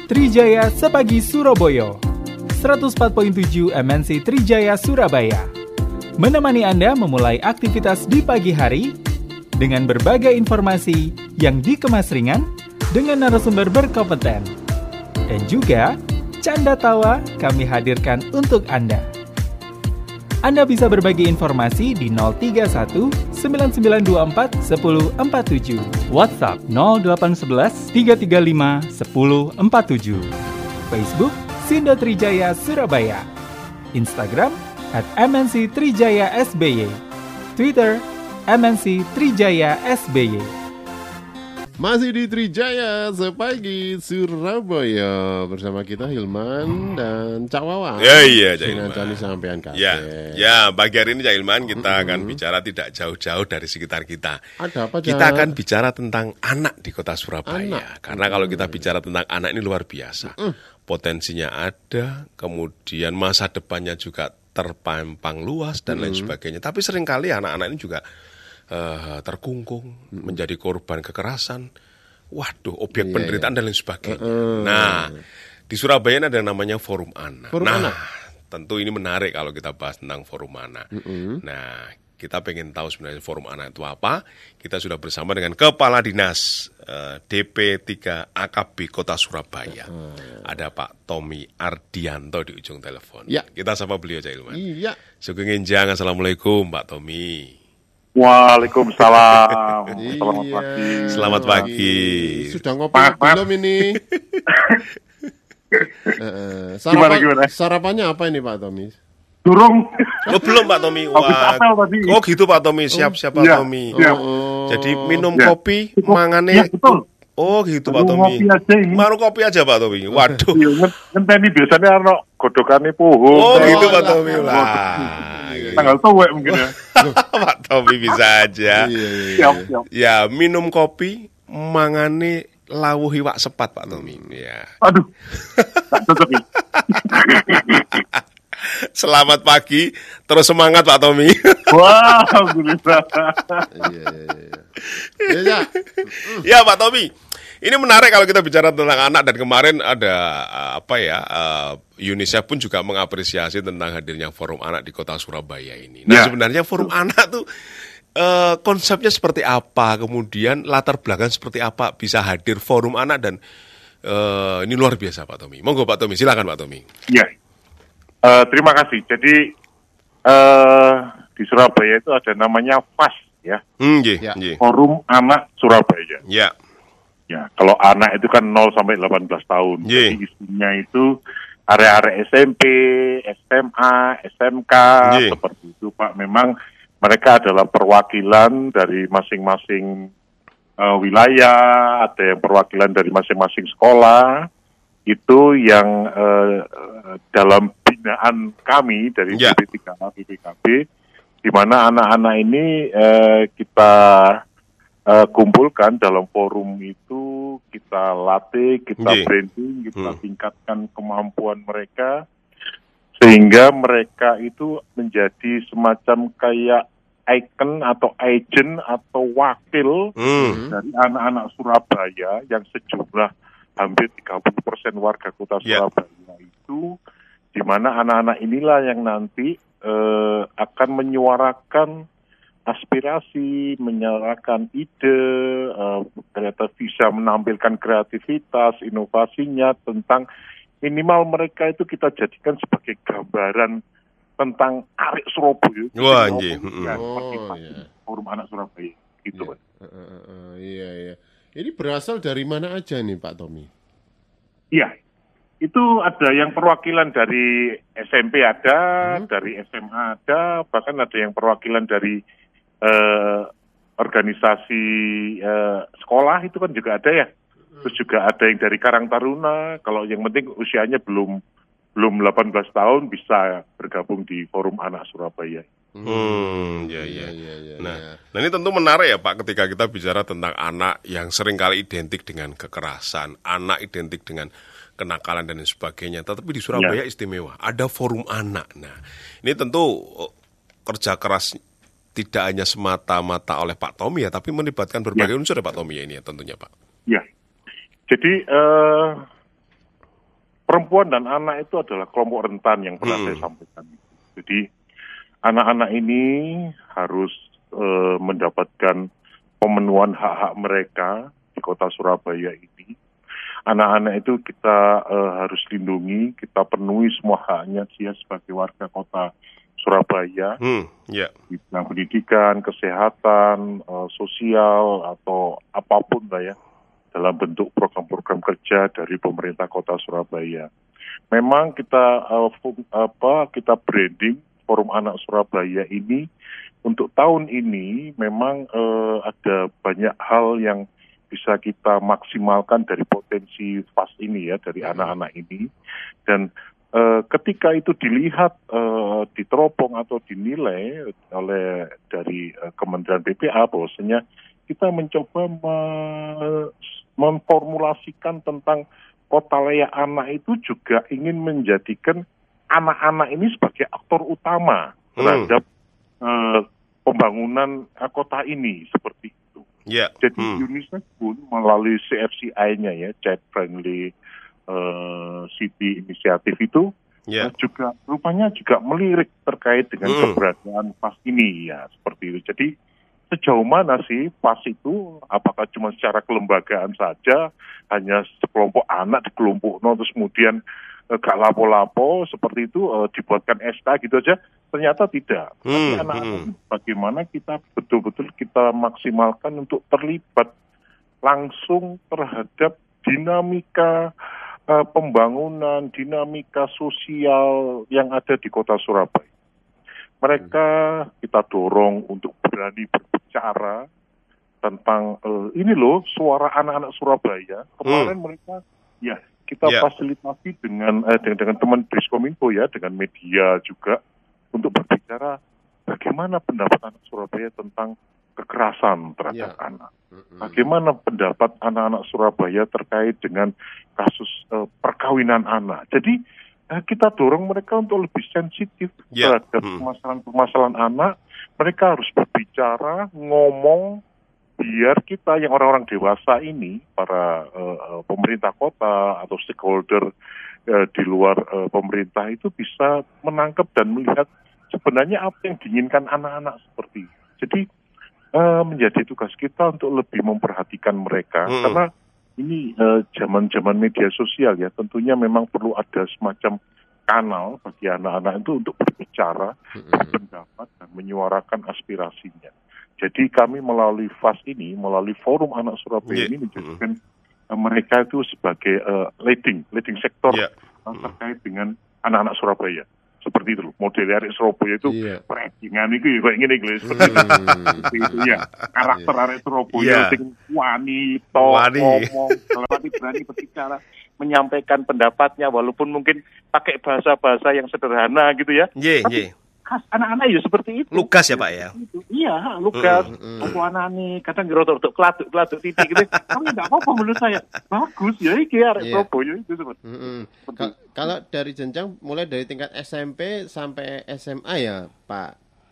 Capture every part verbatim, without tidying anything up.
Trijaya Sepagi Surabaya, seratus empat koma tujuh M N C Trijaya Surabaya. Menemani Anda memulai aktivitas di pagi hari dengan berbagai informasi yang dikemas ringan dengan narasumber berkompeten. Dan juga canda tawa kami hadirkan untuk Anda. Anda bisa berbagi informasi di nol tiga satu sembilan sembilan dua empat satu nol empat tujuh, WhatsApp nol delapan satu satu tiga tiga lima satu nol empat tujuh, Facebook Sindo Trijaya Surabaya, Instagram at M N C Trijaya S B Y, Twitter M N C Trijaya S B Y. Masih di Trijaya Sepagi Surabaya bersama kita Hilman dan Cak Wawan. Ya iya Cak Hilman. Dengan sampean kabeh. Ya, ya pagi hari ini Cak Hilman kita mm-hmm. akan bicara tidak jauh-jauh dari sekitar kita. Ada apa? Kita akan bicara tentang anak di kota Surabaya. Anak. Karena kalau kita bicara tentang anak ini luar biasa. Mm. Potensinya ada, kemudian masa depannya juga terpampang luas dan mm. lain sebagainya. Tapi seringkali anak-anak ini juga Uh, terkungkung, hmm. menjadi korban kekerasan, waduh, objek yeah, penderitaan yeah. dan lain sebagainya. Uh, nah, di Surabaya ada yang namanya Forum Anak. Forum nah, Anak. Tentu ini menarik kalau kita bahas tentang Forum Anak. Uh-uh. Nah, kita pengen tahu sebenarnya Forum Anak itu apa. Kita sudah bersama dengan Kepala Dinas uh, D P tiga A K B Kota Surabaya. Uh-uh. Ada Pak Tommy Ardianto di ujung telepon. Ya. Kita sapa beliau, Cak Ilman. Iya. Sugeng Enjang, Assalamualaikum Pak Tommy. Waalaikumsalam. Selamat iya, pagi. Selamat pagi. Sudah ngopi belum ini? uh, sarapan, gimana, gimana? Sarapannya apa ini Pak Tommy? Durung. Oh belum Pak Tommy. Wah. Oh gitu Pak Tommy. Siap-siap Pak ya, Tommy. Ya. Oh. Jadi minum ya. kopi, mangane. Ya, betul. Oh gitu Pak Aduh, Tommy. Baru kopi aja Pak Tommy. Waduh. Iya, ngenteni biasanya ana godokane pohon. Oh gitu Pak Tommy. Lah. Tanggal tuwek mungkin ya. Pak Tommy bisa aja. Siap, siap. Ya, minum kopi, mangane lawuh iwak sepat Pak Tommy. Ya. Aduh. Tak cocok ini. Selamat pagi, terus semangat Pak Tommy. Wah, alhamdulillah. Iya, iya, iya. Ya, ya Pak Tommy. Ini menarik kalau kita bicara tentang anak, dan kemarin ada apa ya, uh, UNICEF pun juga mengapresiasi tentang hadirnya Forum Anak di Kota Surabaya ini. Nah ya. Sebenarnya Forum Anak tuh uh, konsepnya seperti apa, kemudian latar belakang seperti apa bisa hadir Forum Anak, dan uh, ini luar biasa Pak Tommy. Monggo Pak Tommy, silakan Pak Tommy. Ya, uh, terima kasih. Jadi uh, di Surabaya itu ada namanya F A S ya, hmm, ye, ya. Ye. Forum Anak Surabaya. Ya. Ya, kalau anak itu kan nol sampai delapan belas tahun. Yeah. Jadi isinya itu area-area S M P, S M A, S M K, yeah. seperti itu Pak. Memang mereka adalah perwakilan dari masing-masing uh, wilayah, ada yang perwakilan dari masing-masing sekolah. Itu yang uh, dalam binaan kami dari yeah. D P tiga A B P K B, di mana anak-anak ini uh, kita Uh, kumpulkan dalam forum itu, kita latih, kita yeah. branding, kita hmm. tingkatkan kemampuan mereka, sehingga mereka itu menjadi semacam kayak icon atau agent atau wakil hmm. dari anak-anak Surabaya yang sejumlah hampir tiga puluh persen warga kota Surabaya yeah. itu, di mana anak-anak inilah yang nanti uh, akan menyuarakan aspirasi, menyerahkan ide, uh, ternyata bisa menampilkan kreativitas, inovasinya tentang minimal mereka itu kita jadikan sebagai gambaran tentang arek Surabaya. Wah, iya. Oh, iya. Forum Anak Surabaya, gitu. Iya. Uh, uh, uh, iya, iya. Ini berasal dari mana aja nih Pak Tommy? Iya, itu ada yang perwakilan dari S M P ada, hmm. dari S M A ada, bahkan ada yang perwakilan dari Uh, organisasi uh, sekolah itu kan juga ada ya. Terus juga ada yang dari Karang Taruna. Kalau yang penting usianya belum belum delapan belas tahun bisa bergabung di Forum Anak Surabaya. Hmm, ya, ya, ya, ya. Nah, ya. nah ini tentu menarik ya Pak, ketika kita bicara tentang anak yang seringkali identik dengan kekerasan, anak identik dengan kenakalan dan sebagainya. Tetapi di Surabaya ya. Istimewa, ada Forum Anak. Nah, ini tentu kerja keras tidak hanya semata-mata oleh Pak Tommy ya, tapi melibatkan berbagai ya. unsur ya Pak Tommy ya ini ya tentunya Pak. Ya, jadi uh, perempuan dan anak itu adalah kelompok rentan yang pernah hmm. saya sampaikan. Jadi anak-anak ini harus uh, mendapatkan pemenuhan hak-hak mereka di kota Surabaya ini. Anak-anak itu kita uh, harus lindungi, kita penuhi semua haknya dia sebagai warga kota Surabaya, hmm, yeah. di bidang pendidikan, kesehatan, uh, sosial, atau apapun lah ya, dalam bentuk program-program kerja dari pemerintah kota Surabaya. Memang kita uh, fun, apa kita branding Forum Anak Surabaya ini untuk tahun ini memang uh, ada banyak hal yang bisa kita maksimalkan dari potensi F A S ini ya, dari anak-anak ini. Dan uh, ketika itu dilihat, uh, diteropong atau dinilai oleh dari uh, Kementerian P P A, bahwasanya kita mencoba me- memformulasikan tentang kota layak anak itu juga ingin menjadikan anak-anak ini sebagai aktor utama terhadap hmm. uh, pembangunan uh, kota ini, seperti itu. Yeah. Jadi hmm. UNICEF pun melalui C F C I-nya ya, Child Friendly uh, City Initiative itu yeah. uh, juga rupanya juga melirik terkait dengan hmm. keberadaan F A S ini ya, seperti itu. Jadi sejauh mana sih F A S itu, apakah cuma secara kelembagaan saja, hanya sekelompok anak di kelompok no, terus kemudian uh, gak lapo-lapo seperti itu, uh, dibuatkan S K gitu aja, ternyata tidak. Hmm, Tapi anak-anak hmm. bagaimana kita betul-betul kita maksimalkan untuk terlibat langsung terhadap dinamika uh, pembangunan, dinamika sosial yang ada di kota Surabaya. Mereka kita dorong untuk berani berbicara tentang uh, ini loh suara anak-anak Surabaya. Kemarin hmm. mereka ya kita yeah. fasilitasi dengan, uh, dengan dengan teman Briskominfo ya, dengan media juga untuk berbicara bagaimana pendapat anak Surabaya tentang kekerasan terhadap yeah. anak. Bagaimana pendapat anak-anak Surabaya terkait dengan kasus uh, perkawinan anak. Jadi uh, kita dorong mereka untuk lebih sensitif yeah. terhadap mm. permasalahan-permasalahan anak. Mereka harus berbicara, ngomong, biar kita yang orang-orang dewasa ini, para uh, pemerintah kota atau stakeholder uh, di luar uh, pemerintah itu bisa menangkap dan melihat sebenarnya apa yang diinginkan anak-anak seperti itu. Jadi uh, menjadi tugas kita untuk lebih memperhatikan mereka, hmm. karena ini uh, zaman-zaman media sosial ya, tentunya memang perlu ada semacam kanal bagi anak-anak itu untuk berbicara, hmm. berpendapat, dan menyuarakan aspirasinya. Jadi kami melalui F A S ini, melalui Forum Anak Surabaya yeah. ini menjadikan hmm. uh, mereka itu sebagai uh, leading, leading sektor yeah. uh, terkait dengan anak-anak Surabaya. Seperti itu loh, model arek Surabaya itu yeah. perancingan itu ya kayak gini guys, seperti itu ya, karakter arek Surabaya yeah. sing wani to ngomong, berani berani berbicara, menyampaikan pendapatnya walaupun mungkin pakai bahasa-bahasa yang sederhana gitu ya. Yeah, Tapi yeah. khas anak-anak ya seperti itu. Lugas ya Pak ya? Iya, lugas. Mm, mm. Aku anak-anak kadang gerotok-gerotok keladuk-keladuk titik gitu. Tapi enggak apa-apa menurut saya. Bagus ya iki arek Surabaya itu seperti. Mm, mm. Ka- kalau dari jenjang mulai dari tingkat S M P sampai S M A ya, Pak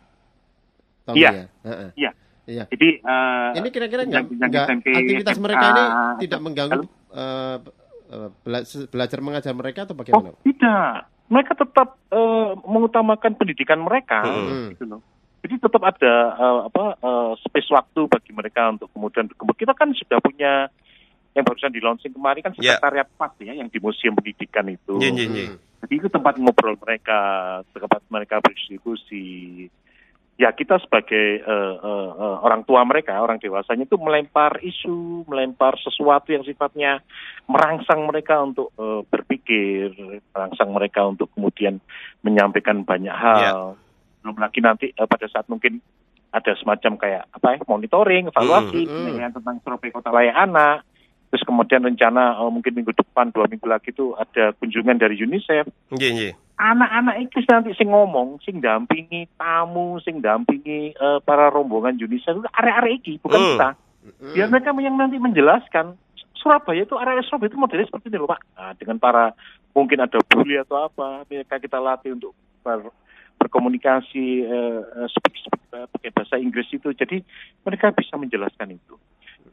Tommy ya? Iya. Iya. Iya. Jadi uh, ini kira-kira enggak, enggak aktivitas mereka ini tidak mengganggu uh, bela- belajar mengajar mereka atau bagaimana? Oh, tidak. Mereka tetap uh, mengutamakan pendidikan mereka, hmm. gitu loh. Jadi tetap ada uh, apa uh, space waktu bagi mereka untuk kemudian berkembang. Kita kan sudah punya yang barusan di launching kemarin kan sekretariat yeah. P A S ya, yang di Museum Pendidikan itu. Yeah, yeah, yeah. Jadi itu tempat ngobrol mereka, tempat mereka berdiskusi. Ya kita sebagai uh, uh, uh, orang tua mereka, orang dewasanya itu melempar isu, melempar sesuatu yang sifatnya merangsang mereka untuk uh, berpikir, merangsang mereka untuk kemudian menyampaikan banyak hal. Yeah. Belum lagi nanti uh, pada saat mungkin ada semacam kayak apa ya, monitoring, evaluasi, mm-hmm. dengan tentang Surabaya Kota Layak Anak. Terus kemudian rencana uh, mungkin minggu depan, dua minggu lagi itu ada kunjungan dari UNICEF. Yeah, yeah. Anak-anak itu nanti sing ngomong, sing dampingi tamu, sing dampingi uh, para rombongan UNICEF itu arek-arek iki, bukan mm. kita. Biar mereka yang nanti menjelaskan Surabaya itu, arek Surabaya itu modelnya seperti ini loh Pak. Nah, dengan para mungkin ada bully atau apa, mereka kita latih untuk ber, berkomunikasi uh, speak, speak, uh, pakai bahasa Inggris itu. Jadi mereka bisa menjelaskan itu.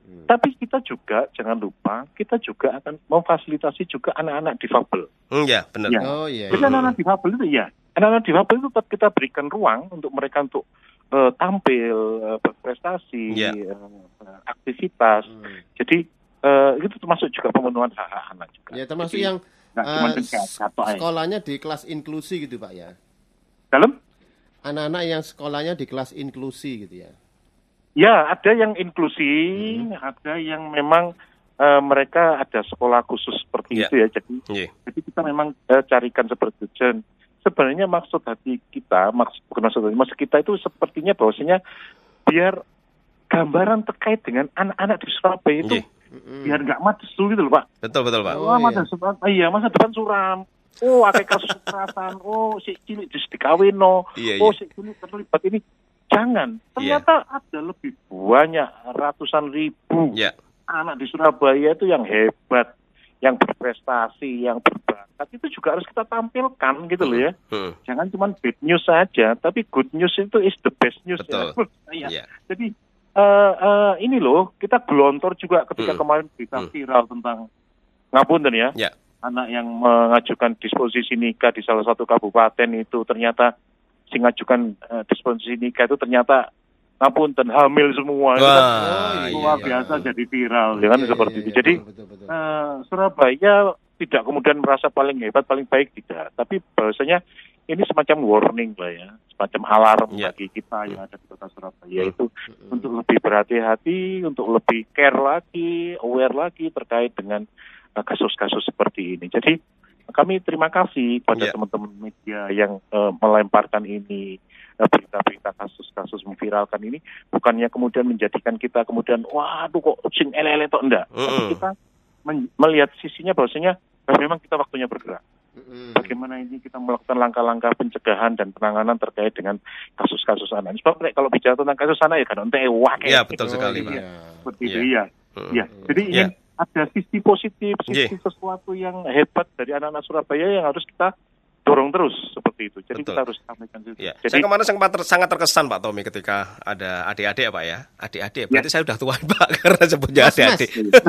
Hmm. Tapi kita juga jangan lupa kita juga akan memfasilitasi juga anak-anak difabel. Hmm, ya, benar. Ya. Oh iya. Jadi iya. anak-anak difabel itu ya, anak-anak difabel itu tetap kita berikan ruang untuk mereka untuk uh, tampil, uh, berprestasi, ya. uh, aktivitas. Hmm. Jadi uh, itu termasuk juga pemenuhan hak-hak anak juga. Ya, termasuk Jadi, yang uh, sekolahnya di kelas inklusi gitu Pak ya. Dalam? Anak-anak yang sekolahnya di kelas inklusi gitu ya. Ya, ada yang inklusi, hmm. ada yang memang uh, mereka ada sekolah khusus seperti yeah. itu ya. Jadi, yeah. jadi kita memang uh, carikan seperti itu. Sebenarnya maksud hati kita, maksud bukan maksud hati, maksud kita itu sepertinya bahwasanya biar gambaran terkait dengan anak-anak di Surabaya itu yeah. biar nggak mades dulu gitu loh Pak. Betul betul Pak. Oh, oh masa iya. depan, iya masa depan suram. Oh, ada kasus kekerasan. Oh, si cilik dis dikawino. Yeah, oh, yeah. si cilik terlibat ini. Jangan, ternyata yeah. ada lebih banyak ratusan ribu yeah. anak di Surabaya itu yang hebat, yang berprestasi, yang berbakat, itu juga harus kita tampilkan gitu loh ya. Hmm. Jangan cuma bad news saja, tapi good news itu is the best news. Betul. Ya. Yeah. Jadi uh, uh, ini loh, kita gelontor juga ketika hmm. kemarin berita hmm. viral tentang ngapunten ya, yeah. anak yang mengajukan disposisi nikah di salah satu kabupaten itu ternyata si ngajukan uh, disposisi nikah itu ternyata ngapunten hamil semua. Wah, kan, iya, luar iya. biasa jadi viral, ya kan iya, seperti iya, itu. iya, Jadi betul, betul, betul. Uh, Surabaya tidak kemudian merasa paling hebat, paling baik tidak. Tapi bahwasanya ini semacam warning lah ya, semacam alarm yeah. bagi kita yang ada di kota Surabaya itu mm-hmm. untuk lebih berhati-hati, untuk lebih care lagi, aware lagi terkait dengan uh, kasus-kasus seperti ini. Jadi kami terima kasih pada yeah. teman-teman media yang uh, melemparkan ini, uh, berita-berita kasus-kasus memviralkan ini, bukannya kemudian menjadikan kita kemudian, waduh kok sing ele-ele tok enggak. Mm-hmm. Tapi kita men- melihat sisinya bahwasanya nah, memang kita waktunya bergerak. Mm-hmm. Bagaimana ini kita melakukan langkah-langkah pencegahan dan penanganan terkait dengan kasus-kasus anak. Sebab kalau bicara tentang kasus anak ya kan onte wah. Iya betul sekali Pak. Seperti itu ya. Ya. Jadi ingin yeah. ada sisi positif, sisi yeah. sesuatu yang hebat dari anak-anak Surabaya yang harus kita dorong terus seperti itu. Jadi betul. Kita harus sampaikan itu. Yeah. Jadi, saya kemarin sangat, ter, sangat terkesan Pak Tommy ketika ada adik-adik ya Pak ya. Adik-adik, berarti yeah. saya udah tua Pak karena sebutnya adik-adik.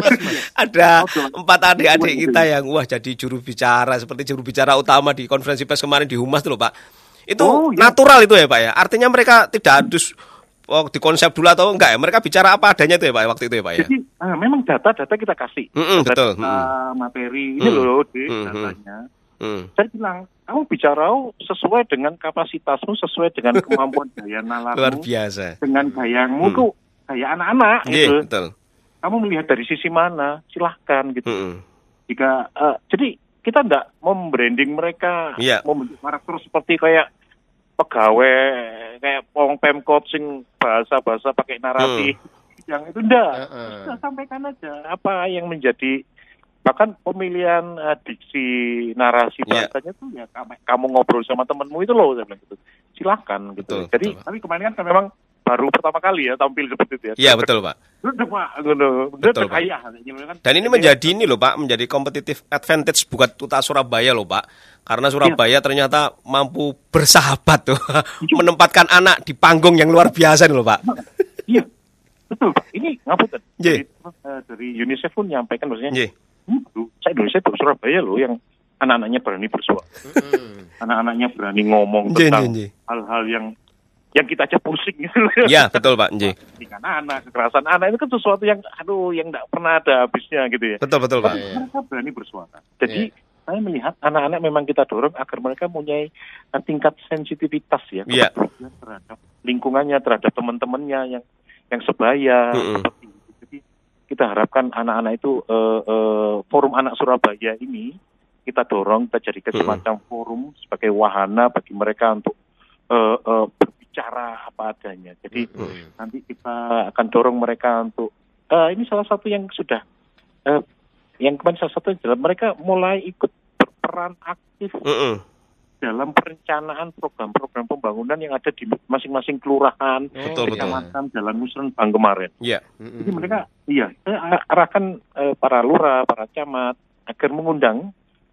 Ada empat adik-adik kita yang wah jadi juru bicara, seperti juru bicara utama di konferensi pers kemarin di Humas tuh loh Pak. Itu oh, yeah. natural itu ya Pak ya. Artinya mereka tidak harus oh, di konsep dulu atau enggak ya? Mereka bicara apa adanya itu ya Pak waktu itu ya Pak ya? Jadi uh, memang data-data kita kasih. Mm-hmm, data, betul. Uh, materi ini mm-hmm. loh di mm-hmm. datanya. Mm-hmm. Saya bilang, kamu bicara sesuai dengan kapasitasmu, sesuai dengan kemampuan daya nalarmu. Luar biasa. Dengan gayamu mm. tuh kayak anak-anak yeah, gitu. Betul. Kamu melihat dari sisi mana? Silahkan gitu. Mm-hmm. Jika uh, jadi kita enggak membranding mereka, yeah. membentuk karakter seperti kayak pegawai kayak pong pemkot sing bahasa-bahasa pakai narasi hmm. yang itu enggak. Uh-uh. Kita sampaikan aja apa yang menjadi bahkan pemilihan uh, diksi narasi yeah. bahasanya tuh ya kamu ngobrol sama temenmu itu loh saya bilang gitu. Silakan gitu. Betul, Jadi betul. Tapi kemarin kan memang baru pertama kali ya tampil seperti itu ya. Iya betul Pak. Betul Pak. Betul Pak. Dan ini menjadi ini loh Pak, menjadi competitive advantage buat kota Surabaya loh Pak. Karena Surabaya ya. ternyata mampu bersahabat tuh, menempatkan anak di panggung yang luar biasa nih loh Pak. Iya, betul Pak. Ini ngapunten. Dari, uh, dari UNICEF pun menyampaikan maksudnya, saya Indonesia itu Surabaya loh yang anak-anaknya berani bersuara, anak-anaknya berani ngomong Jee, tentang jee, jee. hal-hal yang yang kita aja pusing gitu loh. Iya betul Pak. Jee. Anak, kekerasan anak itu kan sesuatu yang, aduh, yang tidak pernah ada habisnya gitu ya. Betul betul Pak. Mereka berani bersuara. Jadi yeah. saya melihat anak-anak memang kita dorong agar mereka mempunyai tingkat sensitivitas ya yeah. terhadap lingkungannya, terhadap teman-temannya yang yang sebaya. Mm-hmm. Seperti itu. Jadi kita harapkan anak-anak itu uh, uh, forum anak Surabaya ini kita dorong, kita jadikan mm-hmm. semacam forum sebagai wahana bagi mereka untuk uh, uh, berbicara apa adanya. Jadi mm-hmm. nanti kita akan dorong mereka untuk uh, ini salah satu yang sudah uh, yang kemarin salah satu adalah mereka mulai ikut berperan aktif mm-hmm. dalam perencanaan program-program pembangunan yang ada di masing-masing kelurahan, oh, kecamatan, jalan musrenbang kemarin. Yeah. Mm-hmm. Jadi mereka, iya, saya arahkan uh, para lurah, para camat agar mengundang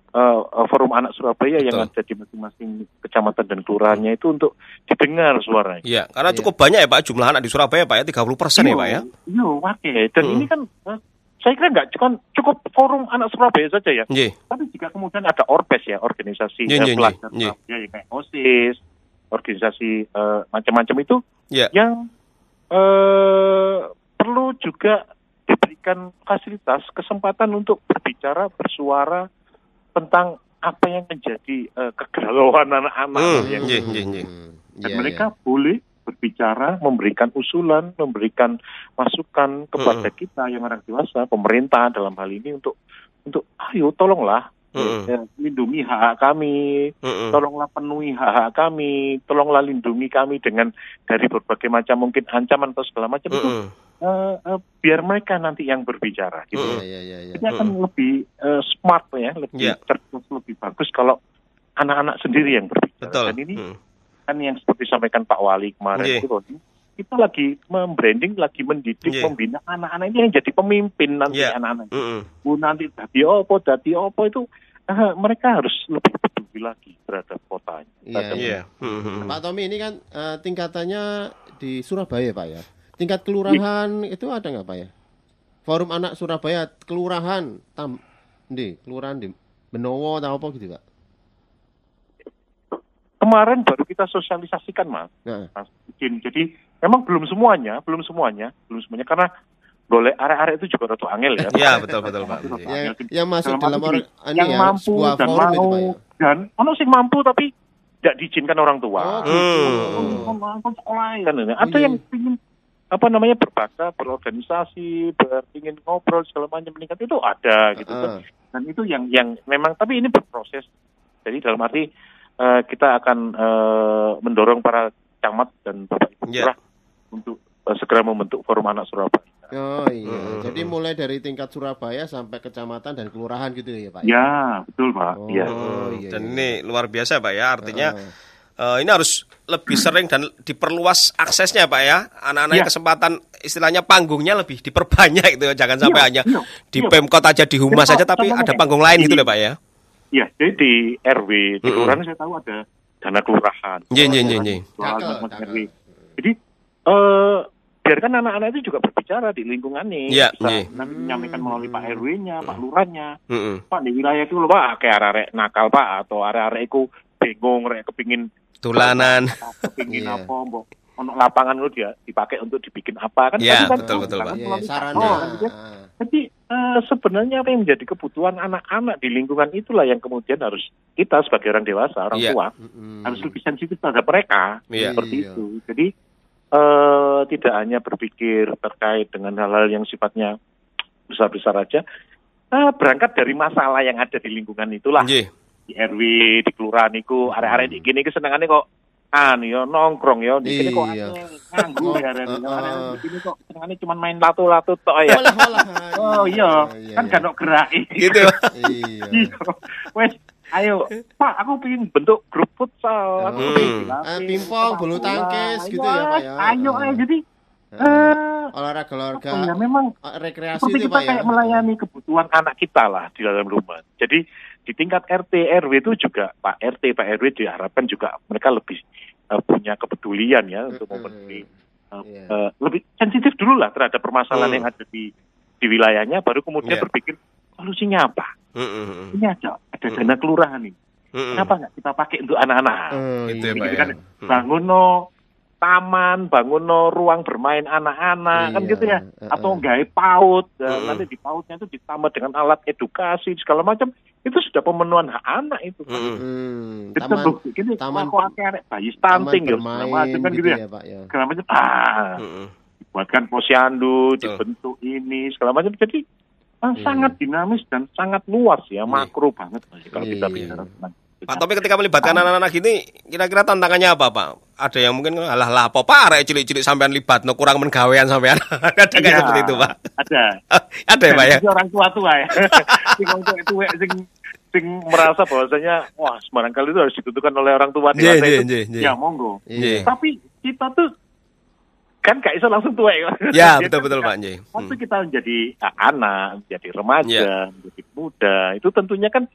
uh, forum anak Surabaya Betul. yang ada di masing-masing kecamatan dan kelurahannya itu untuk didengar suaranya. Iya, karena cukup ya. banyak ya Pak jumlah anak di Surabaya Pak ya, tiga puluh persen ya Pak ya. Iya, oke. Dan hmm. ini kan uh, saya kira nggak cukup, cukup forum anak Surabaya saja ya. Ye. Tapi jika kemudian ada Orpes ya, organisasi Ye, ye, pelajar ye, ye. Surabaya ya, kayak OSIS, organisasi uh, macam-macam itu yeah. yang uh, perlu juga diberikan fasilitas, kesempatan untuk berbicara, bersuara tentang apa yang menjadi uh, kegalauan anak-anak. Mm, yang yeah, yeah, yeah. Dan yeah, mereka yeah. boleh berbicara, memberikan usulan, memberikan masukan kepada mm. kita yang orang dewasa, pemerintah dalam hal ini untuk untuk ayo tolonglah mm. ya, lindungi hak-hak kami, mm. tolonglah penuhi hak-hak kami, tolonglah lindungi kami dengan dari berbagai macam mungkin ancaman atau segala macam mm. itu uh, uh, biar mereka nanti yang berbicara gitu. Mm. Yeah, yeah, yeah. Ini akan mm. lebih uh, smart ya, lebih yeah. cerdas, lebih bagus kalau anak-anak sendiri yang berbicara. Betul. Dan ini mm. kan yang seperti disampaikan Pak Wali kemarin yeah. itu, kita lagi membranding, lagi mendidik, yeah. membina anak-anak ini yang jadi pemimpin nanti yeah. anak-anak. Mm-hmm. Bu nanti dadi opo, dadi opo itu uh, mereka harus lebih peduli lagi terhadap kotanya. Yeah, yeah. Mm-hmm. Pak Tommy ini kan uh, tingkatannya di Surabaya Pak ya. Tingkat kelurahan yeah. itu ada nggak Pak ya? Forum Anak Surabaya kelurahan tam, di kelurahan di Benowo atau apa gitu Pak? Kemarin baru kita sosialisasikan Mas. Nah. Mas jadi memang belum semuanya, belum semuanya, belum semuanya karena boleh area-area itu juga rada angel ya. Iya, betul betul Pak. Yang, yang masuk dalam orang yang ya, mampu dan mau itu, ya? Dan ono sing mampu tapi tidak diizinkan orang tua. Oh, gitu. Hmm. Sekolah kan ini. Ada yang ingin apa namanya berbakti, berorganisasi, beringin ngobrol segala macam meningkat itu ada gitu kan. Uh. Dan itu yang yang memang tapi ini berproses. Jadi dalam arti Uh, kita akan uh, mendorong para camat dan Bapak Ibu yeah. untuk uh, segera membentuk forum anak Surabaya. Oh iya, hmm. jadi mulai dari tingkat Surabaya sampai kecamatan dan kelurahan gitu ya Pak? Ya, betul Pak. Oh, ya. iya, Dan iya. ini luar biasa Pak ya, artinya uh. Uh, ini harus lebih sering dan diperluas aksesnya Pak ya. Anak-anak ya. Kesempatan istilahnya panggungnya lebih diperbanyak gitu, jangan sampai ya, hanya ya, di ya. Pemkot aja, di humas saja, tapi ada panggung lain gitu ya Pak ya. Ya, jadi di R W, di kelurahan mm-hmm. saya tahu ada dana kelurahan. Iya, iya, iya. Jadi, uh, biarkan anak-anak itu juga berbicara di lingkungannya. Iya, bisa nanti menyampaikan melalui Pak R W-nya, Pak Lurahnya. Mm-hmm. Pak, di wilayah itu loh Pak, kayak arek nakal Pak, atau arek-arek itu bingung, rek kepingin tulanan. Kepingin apa, mbok ono lapangan lu dia dipakai untuk dibikin apa kan? Iya, kan betul, betul, Pak. Iya, sarana. Oh, gitu. Jadi uh, sebenarnya apa yang menjadi kebutuhan anak-anak di lingkungan itulah yang kemudian harus kita sebagai orang dewasa, orang yeah. tua, mm-hmm. harus lebih sensitif terhadap mereka, yeah. seperti yeah. itu. Jadi uh, tidak hanya berpikir terkait dengan hal-hal yang sifatnya besar-besar aja, uh, berangkat dari masalah yang ada di lingkungan itulah. Yeah. Di R W, di kelurahan itu, area-area di gini kesenangannya kok an yo nongkrong yo di sini kok nganggu ya area di sini kok senengane cuma main latu-latu tok ya. Oh iya, kan gak ono gerak gitu. Iya. Wes ayo Pak, aku pengen bentuk grup futsal, aku pengen ah pingpong, bulu tangkis gitu ya Pak ya. Ayo ayo jadi olahraga-olahraga ya memang rekreasi itu Pak ya. Kayak melayani kebutuhan anak kita lah di dalam rumah. Jadi di tingkat R T R W itu juga Pak R T Pak R W diharapkan juga mereka lebih uh, punya kepedulian ya untuk memenuhi uh, yeah. uh, lebih sensitif dulu lah terhadap permasalahan mm. yang ada di di wilayahnya, baru kemudian yeah. berpikir solusinya apa. Mm-hmm. Ini ada ada dana kelurahan ini, mm-hmm. kenapa nggak kita pakai untuk anak-anak? Mm, gitu ya, Pak, kan ya. Bangun no taman, bangun no ruang bermain anak-anak, iya, kan gitu ya, atau gawe PAUD, uh, nanti di PAUDnya itu ditambah dengan alat edukasi segala macam, itu sudah pemenuhan hak anak itu. Hmm, itu taman, gini, taman kok akhirnya bayi stunting ya, segala macam kan gitu ya, ya, ya. Segala macam, ah, hmm. dibuatkan posyandu, dibentuk ini segala macam, jadi ah, hmm. sangat dinamis dan sangat luas ya, hmm. makro banget kalau kita bicara tentang. Pak Tommy ketika melibatkan ah. anak-anak gini, kira-kira tantangannya apa Pak? Ada yang mungkin alah-alah apa Pak, arek cilik-cilik sampean libat, no kurang menggawean sampean. Ada kayak ya, seperti itu Pak? Ada. Ada ya Pak ya? Orang tua-tua ya. Sing itu sing sing merasa bahwasanya wah sembarang kali itu harus ditentukan oleh orang tua dewasa yeah, itu. Yeah, yeah. Ya monggo. Yeah. Tapi kita tuh kan gak bisa langsung tua ya. Ya betul-betul Pak. Waktu hmm. kita menjadi anak, menjadi remaja, yeah. menjadi muda, itu tentunya kan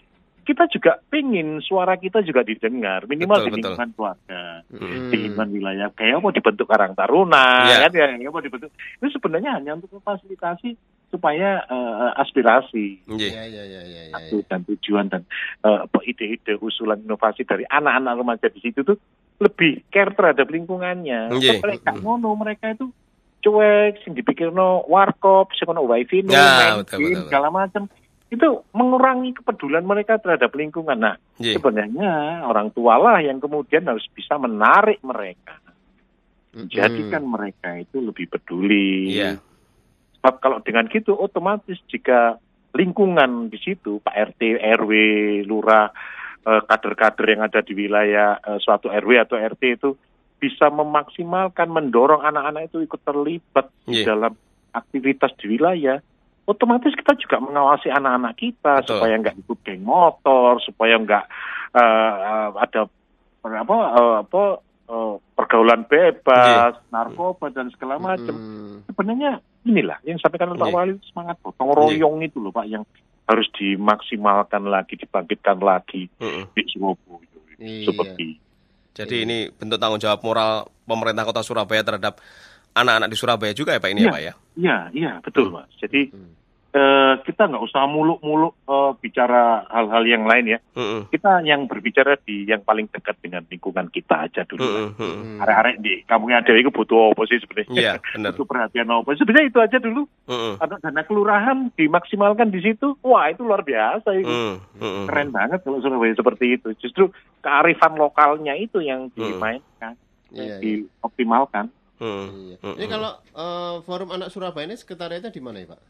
kita juga pengen suara kita juga didengar, minimal Betul, di betul. lingkungan keluarga, Hmm. di lingkungan wilayah. Kayak mau dibentuk Karang Taruna, Iya. kan ya, kayak mau dibentuk. Itu sebenarnya hanya untuk memfasilitasi supaya eh, aspirasi. Nggih. Iya, iya, iya, iya, iya. Satu dan tujuan dan eh, apa, ide-ide usulan inovasi dari anak-anak remaja di situ tuh lebih care terhadap lingkungannya. Nggih. Mereka ngono, mereka itu cuek, sing dipikirno warkop, sing ono wifi, no, Ya, main betul, game, betul. segala macam. Itu mengurangi kepedulian mereka terhadap lingkungan. Nah, Nggih. sebenarnya orang tua lah yang kemudian harus bisa menarik mereka, Mm-mm. jadikan mereka itu lebih peduli. Iya. Sebab kalau dengan gitu otomatis jika lingkungan di situ Pak R T, R W, lurah, eh, kader-kader yang ada di wilayah eh, suatu R W atau R T itu bisa memaksimalkan mendorong anak-anak itu ikut terlibat di Iya. dalam aktivitas di wilayah, otomatis kita juga mengawasi anak-anak kita Betul. supaya nggak ikut geng motor, supaya nggak eh, eh, ada apa eh, apa eh, pergaulan bebas, narkoba dan segala macam. Mm-mm. Sebenarnya inilah yang sampaikan oleh Pak Iya. Wali, semangat gotong royong itu loh Pak, yang harus dimaksimalkan lagi, dibangkitkan lagi Heeh. di Surabaya. Iya. Seperti Jadi ini bentuk tanggung jawab moral pemerintah Kota Surabaya terhadap anak-anak di Surabaya juga ya Pak ini Iya. ya Pak ya? Iya, iya, betul Mas. Jadi Hmm. eh, kita nggak usah muluk-muluk eh, bicara hal-hal yang lain ya. Heeh. Kita yang berbicara di yang paling dekat dengan lingkungan kita aja dulu. Heeh, Mas. heeh. Mm. Arek-arek di kampungnya Dewi itu butuh apa sih sebenarnya? Iya, benar. Butuh perhatian apa? Sebenarnya itu aja dulu. Heeh. Ada dana kelurahan dimaksimalkan di situ. Wah, itu luar biasa itu. Heeh, heeh. Keren banget kalau Surabaya seperti itu. Justru kearifan lokalnya itu yang Hmm. dimainkan, Iya, iya. dioptimalkan. Heeh. Iya. Heeh. Ini kalau eh, Forum Anak Surabaya ini sekretariatnya di mana ya, Pak?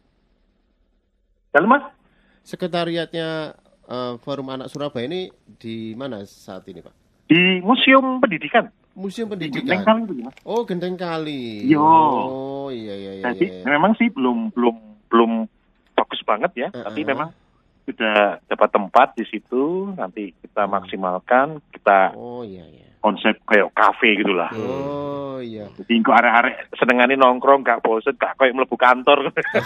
Dalam Mas, Sekretariatnya eh, Forum Anak Surabaya ini di mana saat ini, Pak? di Museum Pendidikan. Museum Di Pendidikan. Genteng Kali itu, Mas. Oh, Genteng Kali. Yo. Oh, iya, iya, iya. Jadi iya. memang sih belum belum belum bagus banget ya, Uh-uh. tapi memang sudah dapat tempat di situ. Nanti kita maksimalkan, kita Oh, iya, iya. konsep kayak kafe gitulah. Oh, iya. Jadi kok arek-arek senengane nongkrong, gak bosen, gak kayak mlebu kantor.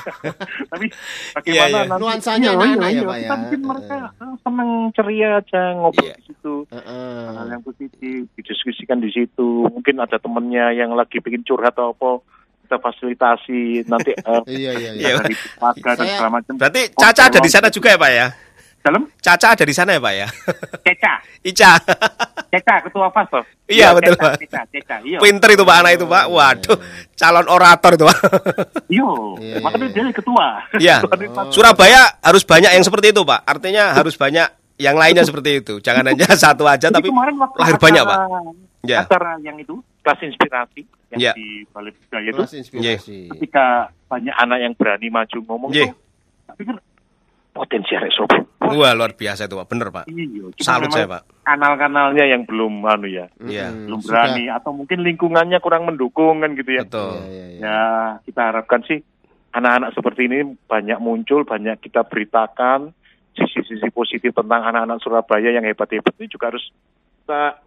Tapi bagaimana Iya, iya. nanti Nuansanya Iya, anak-anak iya, ya, iya. Pak, Kita ya. bikin mereka eh, seneng ceria aja ngobrol Iya. di situ. Heeh. Hal yang positif didiskusikan di situ. Mungkin ada temennya yang lagi bikin curhat atau apa, kita fasilitasi nanti eh, Iya, iya, iya. Iya. dari warga dan Saya- segala macam. Berarti Caca ada di sana juga ya Pak ya? Dalam Caca ada di sana ya Pak ya? Ceca, Ica. Ceca ketua F A S toh. Iya, betul, Ceca, Pak. Ceca, Ceca, iya. Pinter itu Pak anak itu Pak. Waduh, calon orator itu Pak. Iya, Iya, makanya iya. dia ketua. Iya. Ketua di F A S. Surabaya harus banyak yang seperti itu Pak. Artinya harus banyak yang lainnya seperti itu. Jangan hanya satu aja Jadi tapi kemarin waktu lahir acara- banyak Pak. Ya. Acara yang itu kelas inspirasi yang Ya. di Balai Budaya itu Kelas inspirasi. ketika banyak anak yang berani maju ngomong Iya. itu, tak pikir potensi arek Surabaya. Wah, luar biasa itu Pak. Bener Pak. Iya, cuma Salut memang saya Pak. kanal-kanalnya yang belum anu ya, Iya. Mm-mm. belum Sudah. berani atau mungkin lingkungannya kurang mendukung kan gitu ya. Betul. Iya, iya, iya. Ya, kita harapkan sih anak-anak seperti ini banyak muncul, banyak kita beritakan sisi-sisi positif tentang anak-anak Surabaya yang hebat-hebat ini juga harus kita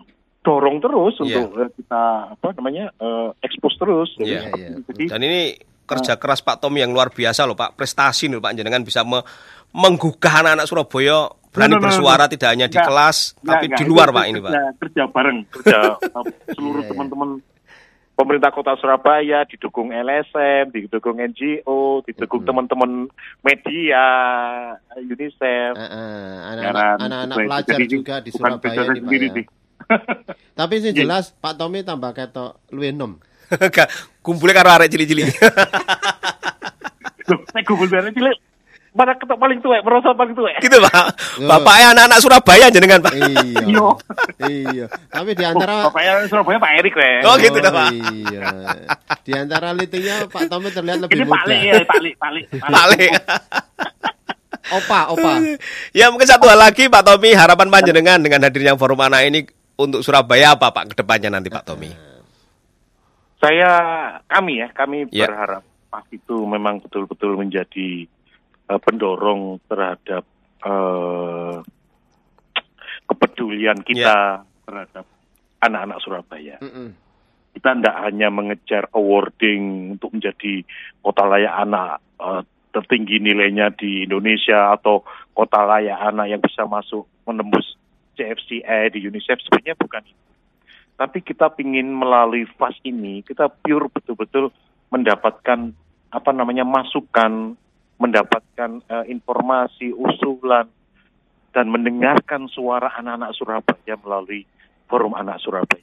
dorong terus Iya. untuk eh, kita apa namanya eh, expose terus. Jadi, Iya, seperti iya. itu. Jadi, Dan ini kerja keras Pak Tommy yang luar biasa loh Pak. Prestasi nih Pak. Jenengan bisa me- menggugah anak-anak Surabaya berani No, no, no, bersuara no. tidak hanya di Enggak. kelas Enggak, tapi enggak. di Itu luar Pak ini kerja, Pak. Kerja bareng, kerja uh, seluruh Iya, iya. teman-teman pemerintah Kota Surabaya, didukung L S M, didukung N G O, didukung Hmm. teman-teman media, UNICEF. Heeh, Siaran, anak-anak anak-anak supaya pelajar jadi juga di bukan Surabaya saudara nih, Pak sendiri ya. sih. Tapi sih Iya. jelas Pak Tommy tambah ketok luwih enom. Gak, kumpulnya karo arek cilik-cilik. Loh, saya gugur bareng cilik. Mana ketok paling tua, merasa paling tua. Gitu Pak. Yo. Bapaknya anak-anak Surabaya jenengan Pak. Iya. Iya. Iya. Tapi di antara Bapaknya Surabaya Pak Erik weh. Oh, gitu dah, Pak. Iya. Di antara litingnya Pak Tommy terlihat lebih Ini Pak muda. Lik ya, Pak Lik, Pak Lik. Pak Le. Opa, opa. Ya mungkin satu hal lagi Pak Tommy, harapan panjenengan dengan hadirnya forum anak ini untuk Surabaya apa Pak kedepannya nanti Pak Tommy? Saya, kami ya, kami Ya. berharap P A S itu memang betul-betul menjadi uh, pendorong terhadap uh, kepedulian kita terhadap anak-anak Surabaya. Mm-mm. Kita tidak hanya mengejar awarding untuk menjadi kota layak anak uh, tertinggi nilainya di Indonesia atau kota layak anak yang bisa masuk menembus C F C A di UNICEF, sebenarnya bukan itu. Tapi kita ingin melalui F A S ini, kita pure betul-betul mendapatkan apa namanya masukan, mendapatkan uh, informasi, usulan, dan mendengarkan suara anak-anak Surabaya melalui Forum Anak Surabaya.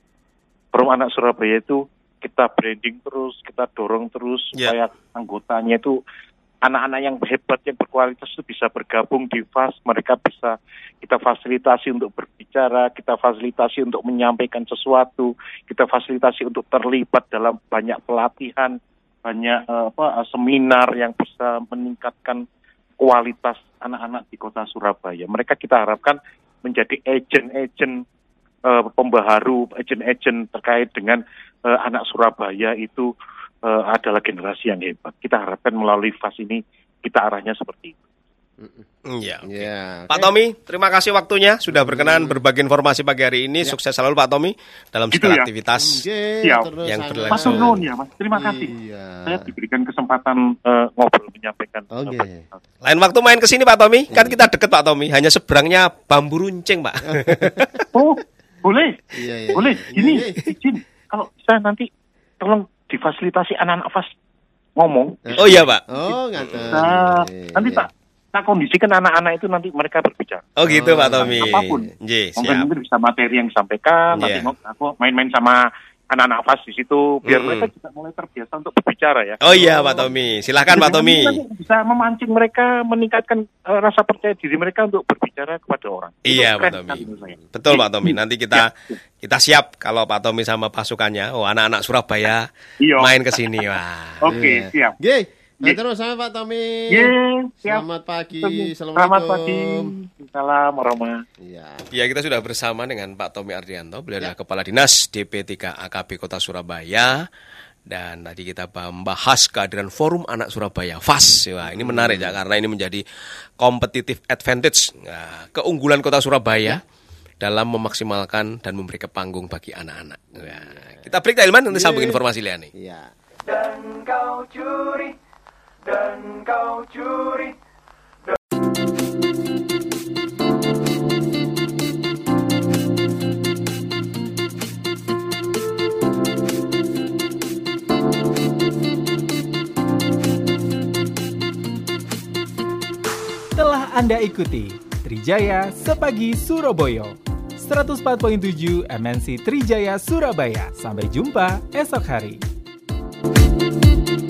Forum Anak Surabaya itu kita branding terus, kita dorong terus yeah. supaya anggotanya itu anak-anak yang hebat, yang berkualitas itu bisa bergabung di F A S. Mereka bisa kita fasilitasi untuk berbicara, kita fasilitasi untuk menyampaikan sesuatu, kita fasilitasi untuk terlibat dalam banyak pelatihan, banyak uh, apa seminar yang bisa meningkatkan kualitas anak-anak di kota Surabaya. Mereka kita harapkan menjadi agen-agen uh, pembaharu, agen-agen terkait dengan uh, anak Surabaya itu uh, adalah generasi yang hebat. Kita harapkan melalui F A S ini kita arahnya seperti itu. Ya, okay. Ya, Pak Tommy, terima kasih waktunya sudah berkenan berbagi informasi pagi hari ini. Ya. Sukses selalu Pak Tommy dalam gitu segala ya. aktivitas okay, yang berlangsung. Mas Nuhun ya, Mas. Terima kasih. Iya. Saya diberikan kesempatan uh, ngobrol menyampaikan. Oke. Okay. Lain waktu main ke sini Pak Tommy, kan kita deket Pak Tommy, hanya seberangnya Bambu Runcing, Pak. Oh, boleh. Iya, iya, boleh. Iya, Gini, iya. izin kalau saya nanti tolong difasilitasi anak-anak F A S ngomong. Oh iya, Pak. Oh, ngaten. Nah, nanti tak tak kondisikan anak-anak itu nanti mereka berbicara. Oh gitu, oh, Pak Tommy. Apapun. Ye, mungkin mungkin bisa materi yang disampaikan, yeah. nanti aku main-main sama anak-anak F A S di situ biar mm-hmm. mereka juga mulai terbiasa untuk berbicara ya. Oh iya, Pak Tommy. Silakan Pak Tommy. Bisa memancing mereka, meningkatkan uh, rasa percaya diri mereka untuk berbicara kepada orang. Iya, Pak Tommy. Betul, Pak Tommy. Nanti kita ya. kita siap kalau Pak Tommy sama pasukannya, oh anak-anak Surabaya Iyo. main ke sini. Wah. Oke, okay, siap. Oke. Nah, terus sama Pak Tommy. Yeah, Selamat pagi. Assalamualaikum. Selamat pagi. Salam warahmatullahi. Iya. Ya, kita sudah bersama dengan Pak Tommy Ardianto. Beliau adalah ya. Kepala Dinas D P tiga A K B Kota Surabaya. Dan tadi kita membahas kehadiran Forum Anak Surabaya, F A S. Wah, ini menarik ya, karena ini menjadi competitive advantage, nah, keunggulan Kota Surabaya ya. dalam memaksimalkan dan memberi panggung bagi anak-anak. Nah, kita break, Ilman, nanti sambung informasi lain nih. Iya. Dan kau curi. Dan kau curi. Dan... Telah Anda ikuti Trijaya Sepagi Surabaya seratus empat koma tujuh M N C Trijaya Surabaya. Sampai jumpa esok hari.